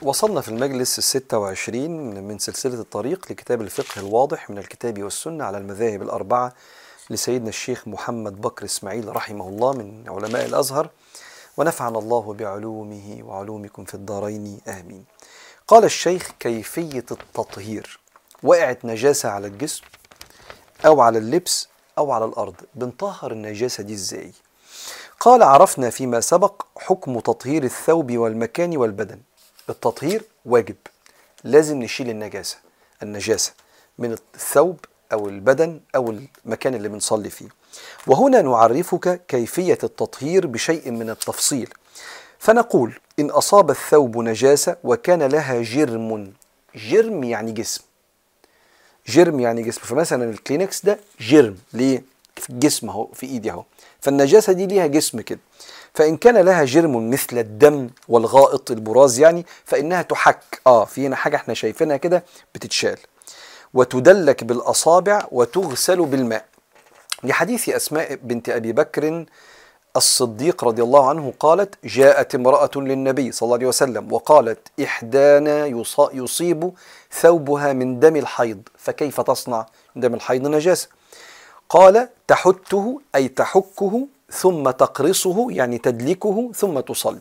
وصلنا في المجلس 26 من سلسلة الطريق لكتاب الفقه الواضح من الكتاب والسنة على المذاهب الأربعة لسيدنا الشيخ محمد بكر إسماعيل رحمه الله من علماء الأزهر، ونفعنا الله بعلومه وعلومكم في الدارين آمين. قال الشيخ: كيفية التطهير. وقعت نجاسة على الجسم أو على اللبس أو على الأرض، بنطهر النجاسة دي إزاي؟ قال: عرفنا فيما سبق حكم تطهير الثوب والمكان والبدن. التطهير واجب، لازم نشيل النجاسة من الثوب أو البدن أو المكان اللي بنصلي فيه. وهنا نعرفك كيفية التطهير بشيء من التفصيل، فنقول: إن أصاب الثوب نجاسة وكان لها جرم. جرم يعني جسم، جرم يعني جسم. فمثلا الكلينكس ده جرم، ليه؟ في الجسم اهو، في ايدي اهو، فالنجاسة دي ليها جسم كده. فإن كان لها جرم مثل الدم والغائط البراز يعني، فإنها تحك. في هنا حاجة احنا شايفينها كده بتتشال، وتدلك بالأصابع وتغسل بالماء، لحديث أسماء بنت أبي بكر الصديق رضي الله عنه قالت: جاءت امرأة للنبي صلى الله عليه وسلم وقالت: إحدانا يصيب ثوبها من دم الحيض، فكيف تصنع؟ دم الحيض نجاسة. قال: تحته أي تحكه ثم تقرصه يعني تدلكه ثم تصلي.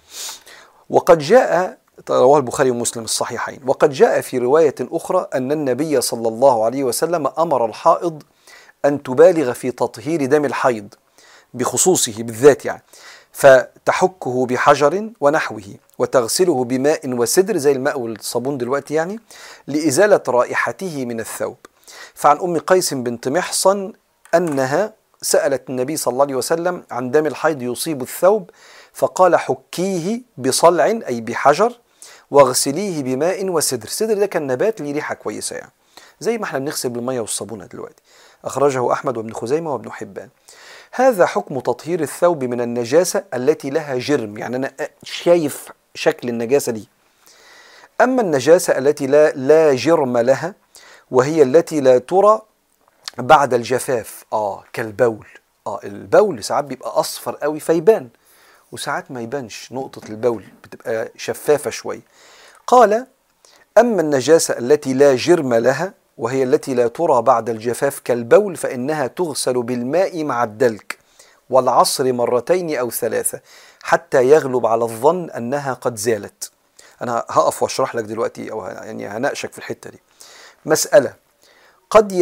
وقد جاء، رواه البخاري ومسلم الصحيحين، وقد جاء في رواية أخرى أن النبي صلى الله عليه وسلم أمر الحائض أن تبالغ في تطهير دم الحيض بخصوصه بالذات يعني، فتحكه بحجر ونحوه وتغسله بماء وسدر زي الماء والصابون دلوقتي يعني، لإزالة رائحته من الثوب. فعن أم قيس بنت محصن أنها سألت النبي صلى الله عليه وسلم عن دم الحيض يصيب الثوب، فقال: حكيه بصلع أي بحجر واغسليه بماء وسدر. السدر ده كان نبات ليه ريحة كويسة يعني، زي ما احنا بنغسل بالمية والصابونة دلوقتي. أخرجه أحمد وابن خزيمة وابن حبان. هذا حكم تطهير الثوب من النجاسة التي لها جرم، يعني أنا شايف شكل النجاسة دي. أما النجاسة التي لا جرم لها، وهي التي لا ترى بعد الجفاف، كالبول. البول ساعات بيبقى أصفر قوي فيبان، وساعات ما يبانش، نقطة البول بتبقى شفافة شوي. قال: أما النجاسة التي لا جرم لها، وهي التي لا ترى بعد الجفاف كالبول، فإنها تغسل بالماء مع الدلك والعصر مرتين أو ثلاثة حتى يغلب على الظن أنها قد زالت. أنا هقف واشرح لك دلوقتي، أو يعني هناقشك في الحتة دي. مسألة: قد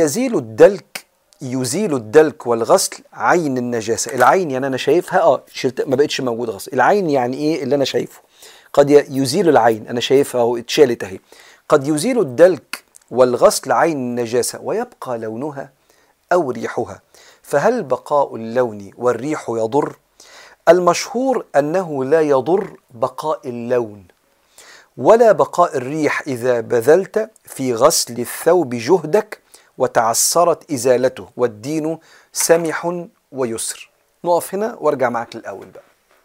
يزيل الدلك والغسل عين النجاسة. العين يعني أنا شايفها ما بقتش موجودة غسل. العين يعني إيه اللي أنا شايفه؟ قد يزيل العين، أنا شايفها أهو اتشالت أهي. قد يزيل الدلك والغسل عين النجاسة ويبقى لونها أو ريحها، فهل بقاء اللون والريح يضر؟ المشهور أنه لا يضر بقاء اللون ولا بقاء الريح إذا بذلت في غسل الثوب جهدك وتعسرت إزالته، والدين سمح ويسر. نقف هنا وارجع معك للأول بقى.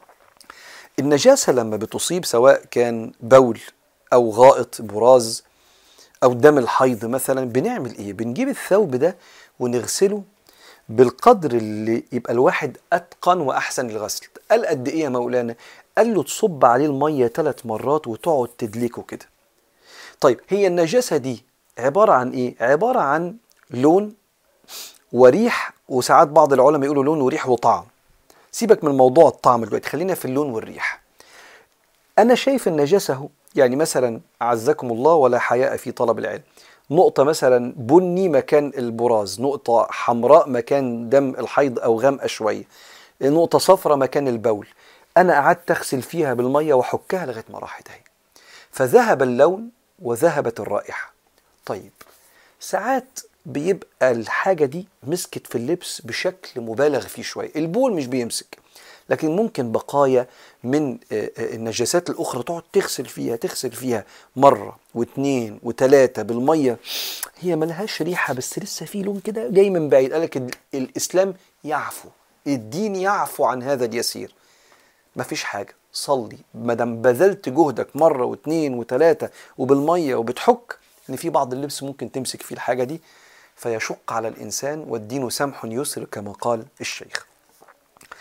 النجاسة لما بتصيب، سواء كان بول أو غائط براز أو دم الحيض مثلا، بنعمل إيه؟ بنجيب الثوب ده ونغسله بالقدر اللي يبقى الواحد أتقن وأحسن الغسل. قال: قد إيه يا مولانا؟ قال له: تصب عليه المية 3 مرات وتقعد تدلكه كده. طيب، هي النجاسة دي عبارة عن إيه؟ عبارة عن لون وريح، وساعات بعض العلماء يقولوا لون وريح وطعم. سيبك من موضوع الطعم دلوقتي، خلينا في اللون والريح. أنا شايف النجاسة اهو، يعني مثلا أعزكم الله ولا حياء في طلب العلم، نقطة مثلا بني مكان البراز، نقطة حمراء مكان دم الحيض أو غامقة شوية، نقطة صفرة مكان البول. أنا قعدت أغسل فيها بالمية وحكها لغاية ما راحت اهي، فذهب اللون وذهبت الرائحة. طيب، ساعات بيبقى الحاجة دي مسكت في اللبس بشكل مبالغ فيه شوية. البول مش بيمسك، لكن ممكن بقايا من النجاسات الأخرى تقعد تغسل فيها مرة واثنين وثلاثة بالمية، هي ملهاش ريحة بس لسه في لون كده جاي من بعيد. قالك الإسلام يعفو، الدين يعفو عن هذا اليسير. مفيش حاجة، صلي مادام بذلت جهدك مرة واثنين وثلاثة وبالمية وبتحك، إن في بعض اللبس ممكن تمسك فيه الحاجة دي فيشق على الإنسان، والدين سمح يسر كما قال الشيخ.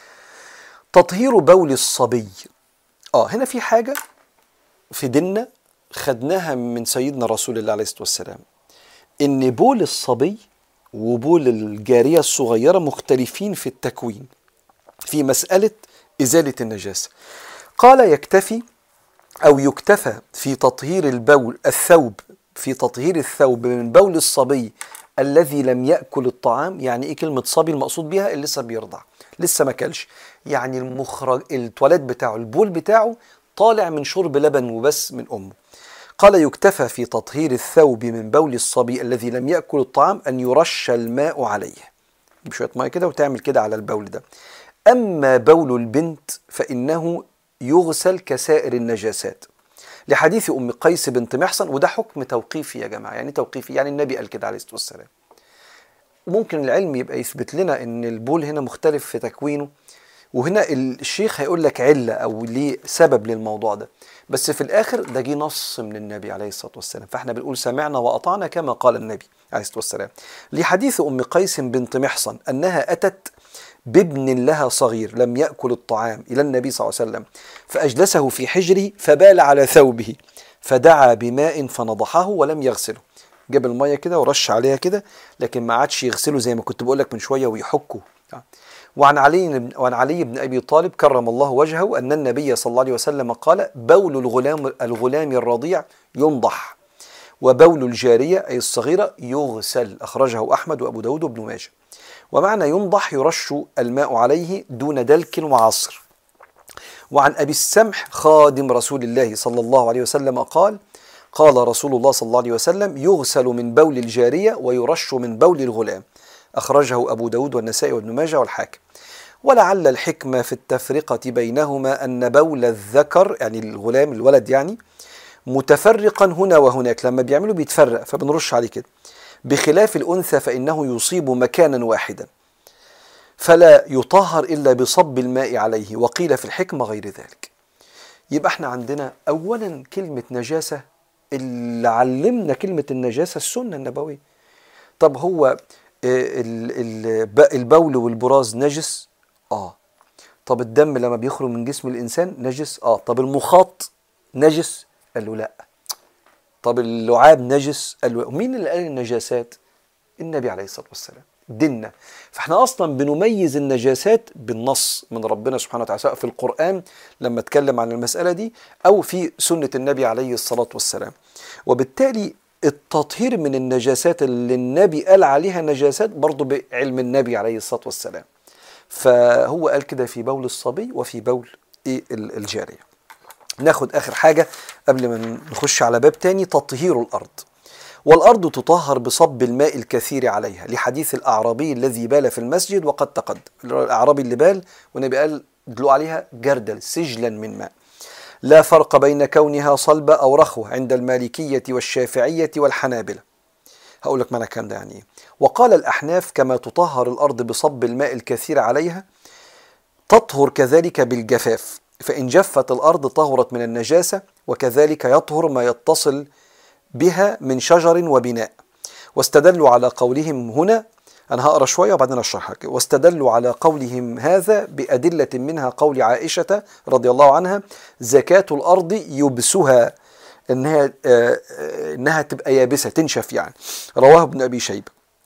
تطهير بول الصبي. هنا في حاجة في ديننا خدناها من سيدنا رسول الله عليه الصلاة والسلام، إن بول الصبي وبول الجارية الصغيرة مختلفين في التكوين في مسألة إزالة النجاسة. قال يكتفي أو يكتفى في تطهير الثوب في تطهير الثوب من بول الصبي الذي لم يأكل الطعام. يعني إيه كلمة صبي؟ المقصود بها اللي لسه بيرضع، لسه ما كلش، يعني المخرج التواليت بتاعه، البول بتاعه طالع من شرب لبن وبس من أمه. قال يكتفى في تطهير الثوب من بول الصبي الذي لم يأكل الطعام أن يرش الماء عليه، تجيب شوية ماء كده وتعمل كده على البول ده. أما بول البنت فإنه يغسل كسائر النجاسات، لحديث أم قيس بنت محصن. وده حكم توقيفي يا جماعة. يعني توقيفي يعني النبي قال كده عليه الصلاة والسلام. ممكن العلم يبقى يثبت لنا ان البول هنا مختلف في تكوينه، وهنا الشيخ هيقول لك علة او ليه سبب للموضوع ده، بس في الاخر ده جه نص من النبي عليه الصلاة والسلام، فاحنا بنقول سمعنا واطعنا كما قال النبي عليه الصلاة والسلام. لحديث ام قيس بنت محصن انها اتت بابن لها صغير لم يأكل الطعام إلى النبي صلى الله عليه وسلم فأجلسه في حجره فبال على ثوبه فدعا بماء فنضحه ولم يغسله. جاب المية كده ورش عليها كده، لكن ما عادش يغسله زي ما كنت بقول لك من شوية ويحكه. وعن علي بن أبي طالب كرم الله وجهه أن النبي صلى الله عليه وسلم قال: بول الغلام الرضيع ينضح، وبول الجارية أي الصغيرة يغسل. أخرجه أحمد وأبو داود وابن ماجه. ومعنى ينضح يرش الماء عليه دون دلك وعصر. وعن أبي السمح خادم رسول الله صلى الله عليه وسلم قال: قال رسول الله صلى الله عليه وسلم: يغسل من بول الجارية ويرش من بول الغلام. أخرجه أبو داود والنسائي وابن ماجه والحاكم. ولعل الحكمة في التفرقة بينهما أن بول الذكر يعني الغلام الولد يعني متفرقا هنا وهناك، لما بيعملوا بيتفرق فبنرش عليه كده، بخلاف الأنثى فإنه يصيب مكانا واحدا فلا يطهر إلا بصب الماء عليه. وقيل في الحكمة غير ذلك. يبقى احنا عندنا أولا كلمة نجاسة، اللي علمنا كلمة النجاسة السنة النبوية. طب هو البول والبراز نجس؟ طب الدم لما بيخرج من جسم الإنسان نجس؟ طب المخاط نجس؟ قال له لا. طب اللعاب نجس؟ قال له. مين اللي قال النجاسات؟ النبي عليه الصلاة والسلام، ديننا. فاحنا أصلا بنميز النجاسات بالنص من ربنا سبحانه وتعالى، سواء في القرآن لما اتكلم عن المسألة دي أو في سنة النبي عليه الصلاة والسلام. وبالتالي التطهير من النجاسات اللي النبي قال عليها نجاسات برضو بعلم النبي عليه الصلاة والسلام. فهو قال كده في بول الصبي وفي بول الجارية. ناخد آخر حاجة قبل ما نخش على باب تاني: تطهير الأرض. والأرض تطهر بصب الماء الكثير عليها، لحديث الأعرابي الذي بال في المسجد وقد تقدم. الأعرابي اللي بال والنبي قال دلوا عليها جردل سجلا من ماء. لا فرق بين كونها صلبة أو رخوة عند المالكية والشافعية والحنابلة. هقول لك معنى الكلام ده يعني ايه. وقال الأحناف: كما تطهر الأرض بصب الماء الكثير عليها تطهر كذلك بالجفاف، فإن جفت الأرض طهرت من النجاسة، وكذلك يطهر ما يتصل بها من شجر وبناء. واستدلوا على قولهم هنا، أنا هقرأ شوية وبعدين أشرحها. واستدلوا على قولهم هذا بأدلة منها قول عائشة رضي الله عنها: زكاة الأرض يبسها، إنها تبقى يابسة تنشف يعني. رواه ابن أبي شيبة.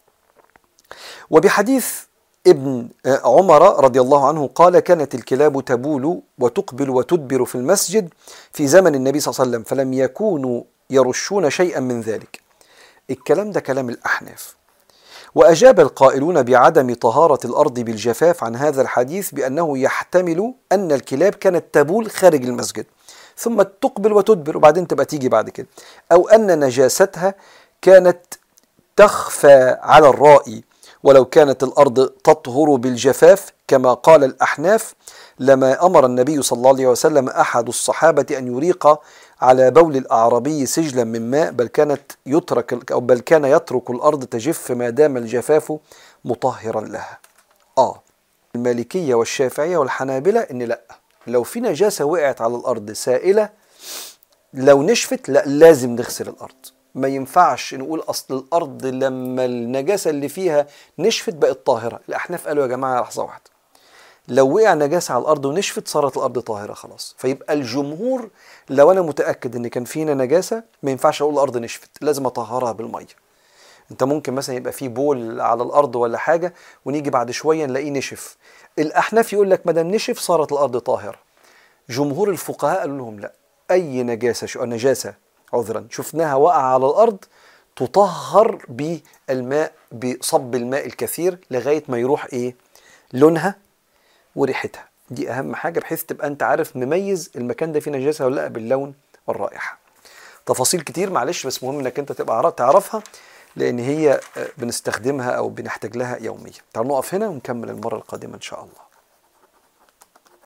وبحديث ابن عمر رضي الله عنه قال: كانت الكلاب تبول وتقبل وتدبر في المسجد في زمن النبي صلى الله عليه وسلم فلم يكونوا يرشون شيئا من ذلك. الكلام ده كلام الأحناف. وأجاب القائلون بعدم طهارة الأرض بالجفاف عن هذا الحديث بأنه يحتمل أن الكلاب كانت تبول خارج المسجد ثم تقبل وتدبر وبعدين تبقى تيجي بعد كده، أو أن نجاستها كانت تخفى على الرائي. ولو كانت الأرض تطهر بالجفاف كما قال الأحناف لما أمر النبي صلى الله عليه وسلم أحد الصحابة أن يريق على بول الأعرابي سجلا من ماء، بل كان يترك الأرض تجف ما دام الجفاف مطهرا لها. المالكية والشافعية والحنابلة إن لا، لو في نجاسة وقعت على الأرض سائلة لو نشفت لا لازم نغسل الأرض. ما ينفعش نقول أصل الأرض لما النجاسة اللي فيها نشفت بقت طاهرة. الأحناف قالوا يا جماعة لحظة واحدة، لو وقع نجاسة على الأرض ونشفت صارت الأرض طاهرة خلاص. فيبقى الجمهور لو أنا متأكد إن كان فينا نجاسة ما ينفعش أقول الأرض نشفت، لازم أطهرها بالمية. أنت ممكن مثلا يبقى في بول على الأرض ولا حاجة ونيجي بعد شوية نلاقيه نشف، الأحناف يقول لك ما دام نشف صارت الأرض طاهرة. جمهور الفقهاء قالوا لهم لا، أي نجاسة عذرا شفناها وقع على الأرض تطهر بالماء، بصب الماء الكثير لغاية ما يروح إيه؟ لونها وريحتها. دي أهم حاجة بحيث تبقى أنت عارف مميز المكان ده فيه نجاسة ولا لا باللون والرائحة. تفاصيل كتير معلش، بس مهم إنك أنت تبقى تعرفها لأن هي بنستخدمها أو بنحتاج لها يوميا. تعالوا نقف هنا ونكمل المرة القادمة إن شاء الله.